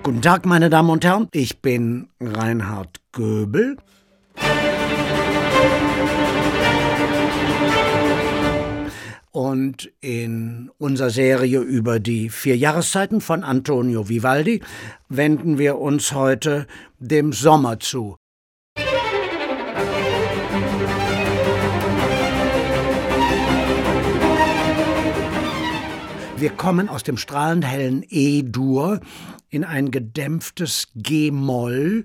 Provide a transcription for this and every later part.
Guten Tag, meine Damen und Herren, ich bin Reinhard Göbel. Und in unserer Serie über die 4 Jahreszeiten von Antonio Vivaldi wenden wir uns heute dem Sommer zu. Wir kommen aus dem strahlend hellen E-Dur in ein gedämpftes G-Moll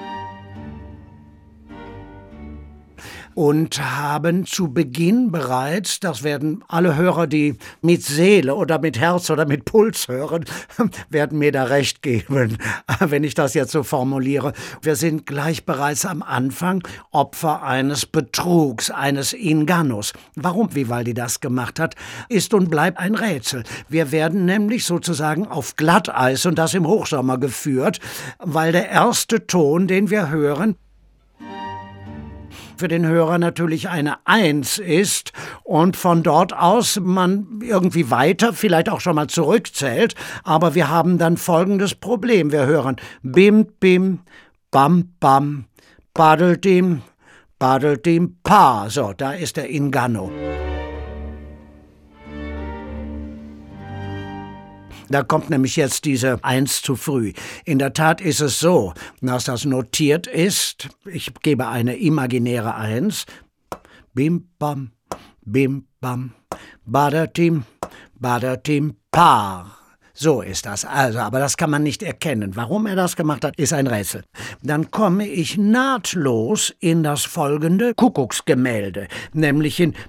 und haben zu Beginn bereits, das werden alle Hörer, die mit Seele oder mit Herz oder mit Puls hören, werden mir da recht geben, wenn ich das jetzt so formuliere. Wir sind gleich bereits am Anfang Opfer eines Betrugs, eines Ingannos. Warum Vivaldi das gemacht hat, ist und bleibt ein Rätsel. Wir werden nämlich sozusagen auf Glatteis und das im Hochsommer geführt, weil der erste Ton, den wir hören, für den Hörer natürlich eine 1 ist und von dort aus man irgendwie weiter, vielleicht auch schon mal zurückzählt, aber wir haben dann folgendes Problem. Wir hören Bim, Bim, Bam, Bam, Badeldim, Badeldim, Pa. So, da ist der Inganno. Da kommt nämlich jetzt diese 1 zu früh. In der Tat ist es so, dass das notiert ist. Ich gebe eine imaginäre 1. Bim, bam, badatim, badatim, pa. So ist das also, aber das kann man nicht erkennen. Warum er das gemacht hat, ist ein Rätsel. Dann komme ich nahtlos in das folgende Kuckucksgemälde, nämlich in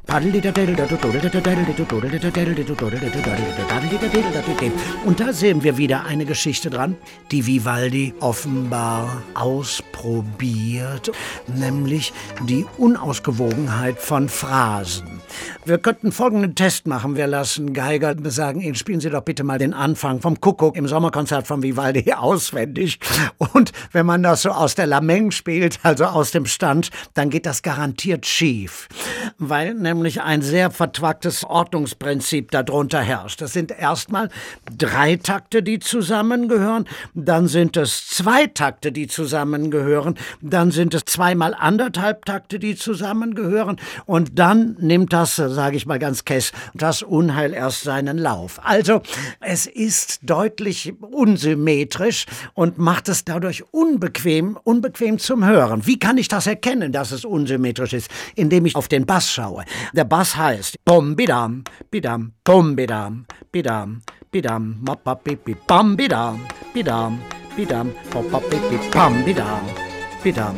und da sehen wir wieder eine Geschichte dran, die Vivaldi offenbar ausprobiert, nämlich die Unausgewogenheit von Phrasen. Wir könnten folgenden Test machen. Wir lassen Geiger sagen, Ihnen spielen Sie doch bitte mal den Anfang vom Kuckuck im Sommerkonzert von Vivaldi auswendig. Und wenn man das so aus der Lameng spielt, also aus dem Stand, dann geht das garantiert schief. Weil nämlich ein sehr vertwacktes Ordnungsprinzip darunter herrscht. Das sind erstmal 3 Takte, die zusammengehören, dann sind es 2 Takte, die zusammengehören, dann sind es 2 mal 1,5 Takte, die zusammengehören und dann nimmt das, sage ich mal ganz kess, das Unheil erst seinen Lauf. Also es ist deutlich unsymmetrisch und macht es dadurch unbequem zum Hören. Wie kann ich das erkennen, dass es unsymmetrisch ist? Indem ich auf den Bass schaue. Der Bass heißt Bom bidam, bidam, bom bidam, bidam, bidam, mapapipi, bam bidam, bidam, bidam, mapapipi, bam bidam, bidam.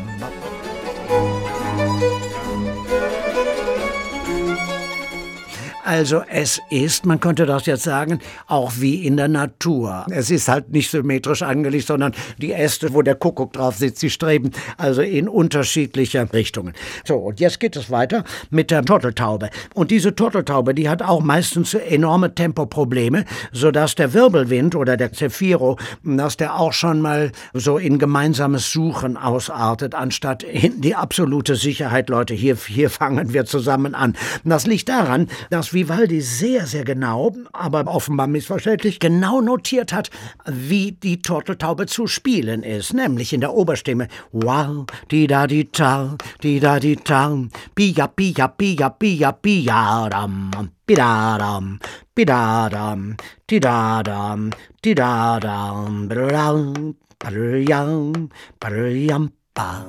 Also es ist, man könnte das jetzt sagen, auch wie in der Natur. Es ist halt nicht symmetrisch angelegt, sondern die Äste, wo der Kuckuck drauf sitzt, die streben also in unterschiedliche Richtungen. So, und jetzt geht es weiter mit der Turteltaube. Und diese Turteltaube, die hat auch meistens enorme Tempoprobleme, sodass der Wirbelwind oder der Zephyro, dass der auch schon mal so in gemeinsames Suchen ausartet, anstatt in die absolute Sicherheit, Leute, hier fangen wir zusammen an. Und das liegt daran, dass Vivaldi sehr, sehr genau, aber offenbar missverständlich, genau notiert hat, wie die Turteltaube zu spielen ist, nämlich in der Oberstimme. Wow, di da di ta, pia pia pia pia pia dam, pidadam, pidadam, tidadam, tidadam, badadam, badadam, badadam, pa.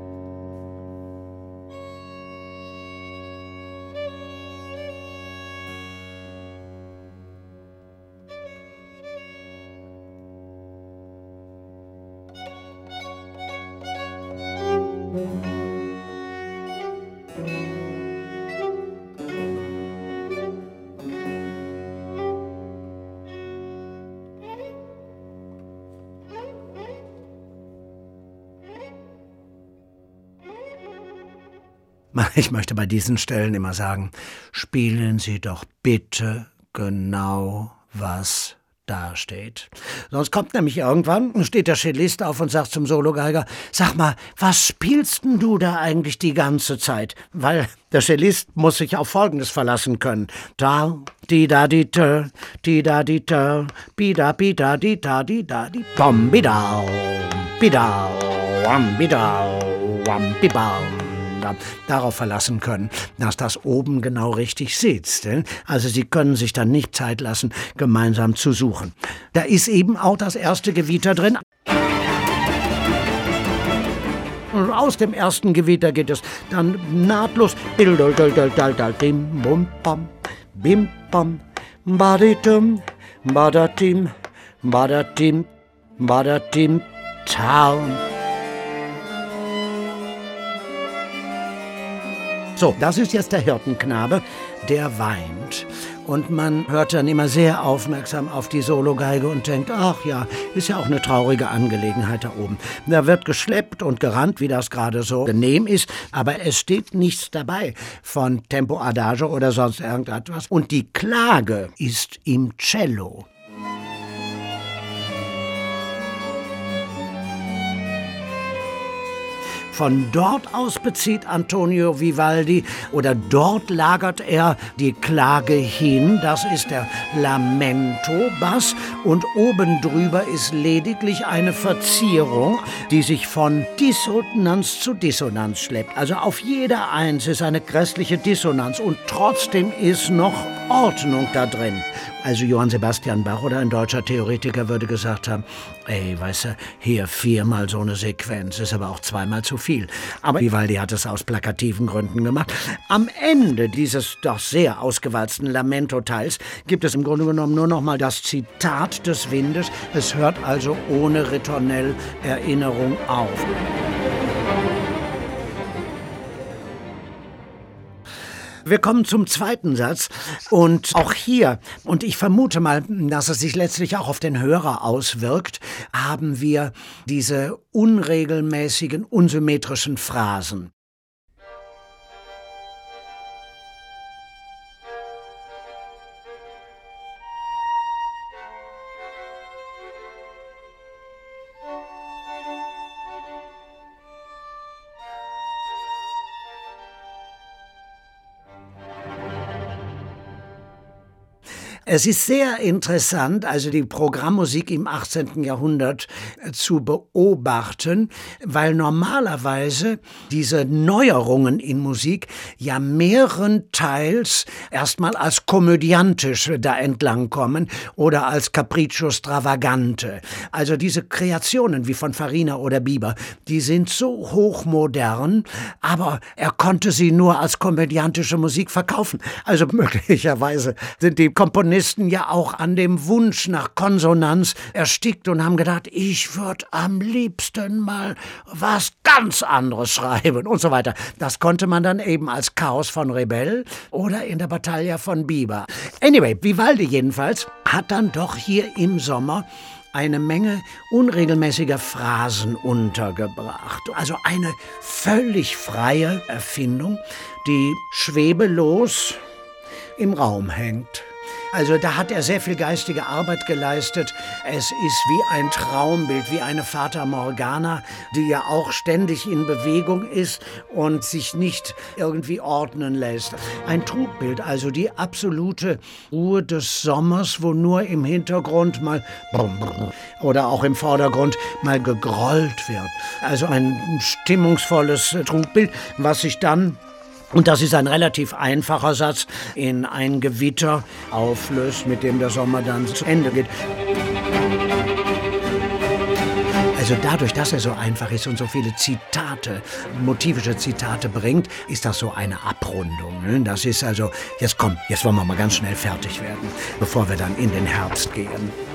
Ich möchte bei diesen Stellen immer sagen, spielen Sie doch bitte genau, was dasteht. Sonst kommt nämlich irgendwann, steht der Cellist auf und sagt zum Sologeiger, sag mal, was spielst denn du da eigentlich die ganze Zeit? Weil der Cellist muss sich auf Folgendes verlassen können. Da, di da di da, di da di da, bi da di da di da di, bom bidau, bidau, wam bidau, wam bibau. Darauf verlassen können, dass das oben genau richtig sitzt. Also Sie können sich dann nicht Zeit lassen, gemeinsam zu suchen. Da ist eben auch das erste Gewitter drin. Und aus dem ersten Gewitter geht es dann nahtlos. Bim bum bam, bim bam, baditum, badatim, badatim, badatim, taum. So, das ist jetzt der Hirtenknabe, der weint. Und man hört dann immer sehr aufmerksam auf die Sologeige und denkt, ach ja, ist ja auch eine traurige Angelegenheit da oben. Da wird geschleppt und gerannt, wie das gerade so genehm ist, aber es steht nichts dabei von Tempo Adagio oder sonst irgendetwas. Und die Klage ist im Cello. Von dort aus bezieht Antonio Vivaldi oder dort lagert er die Klage hin. Das ist der Lamento-Bass und oben drüber ist lediglich eine Verzierung, die sich von Dissonanz zu Dissonanz schleppt. Also auf jeder Eins ist eine grässliche Dissonanz und trotzdem ist noch Ordnung da drin. Also Johann Sebastian Bach oder ein deutscher Theoretiker würde gesagt haben, ey, weißt du, hier 4-mal so eine Sequenz, ist aber auch 2-mal zu viel. Aber Vivaldi hat es aus plakativen Gründen gemacht. Am Ende dieses doch sehr ausgewalzten Lamento-Teils gibt es im Grunde genommen nur noch mal das Zitat des Windes. Es hört also ohne Ritornell-Erinnerung auf. Wir kommen zum zweiten Satz und auch hier, und ich vermute mal, dass es sich letztlich auch auf den Hörer auswirkt, haben wir diese unregelmäßigen, unsymmetrischen Phrasen. Es ist sehr interessant, also die Programmmusik im 18. Jahrhundert zu beobachten, weil normalerweise diese Neuerungen in Musik ja mehrenteils erstmal als komödiantisch da entlang kommen oder als Capriccio Stravagante. Also diese Kreationen wie von Farina oder Bieber, die sind so hochmodern, aber er konnte sie nur als komödiantische Musik verkaufen. Also möglicherweise sind die Komponisten ja auch an dem Wunsch nach Konsonanz erstickt und haben gedacht, ich würde am liebsten mal was ganz anderes schreiben und so weiter. Das konnte man dann eben als Chaos von Rebell oder in der Battaglia von Bieber. Anyway, Vivaldi jedenfalls hat dann doch hier im Sommer eine Menge unregelmäßiger Phrasen untergebracht. Also eine völlig freie Erfindung, die schwebelos im Raum hängt. Also da hat er sehr viel geistige Arbeit geleistet. Es ist wie ein Traumbild, wie eine Fata Morgana, die ja auch ständig in Bewegung ist und sich nicht irgendwie ordnen lässt. Ein Trugbild, also die absolute Ruhe des Sommers, wo nur im Hintergrund mal oder auch im Vordergrund mal gegrollt wird. Also ein stimmungsvolles Trugbild, was sich dann, und das ist ein relativ einfacher Satz, in ein Gewitter auflöst, mit dem der Sommer dann zu Ende geht. Also dadurch, dass er so einfach ist und so viele Zitate, motivische Zitate bringt, ist das so eine Abrundung. Das ist also, jetzt wollen wir mal ganz schnell fertig werden, bevor wir dann in den Herbst gehen.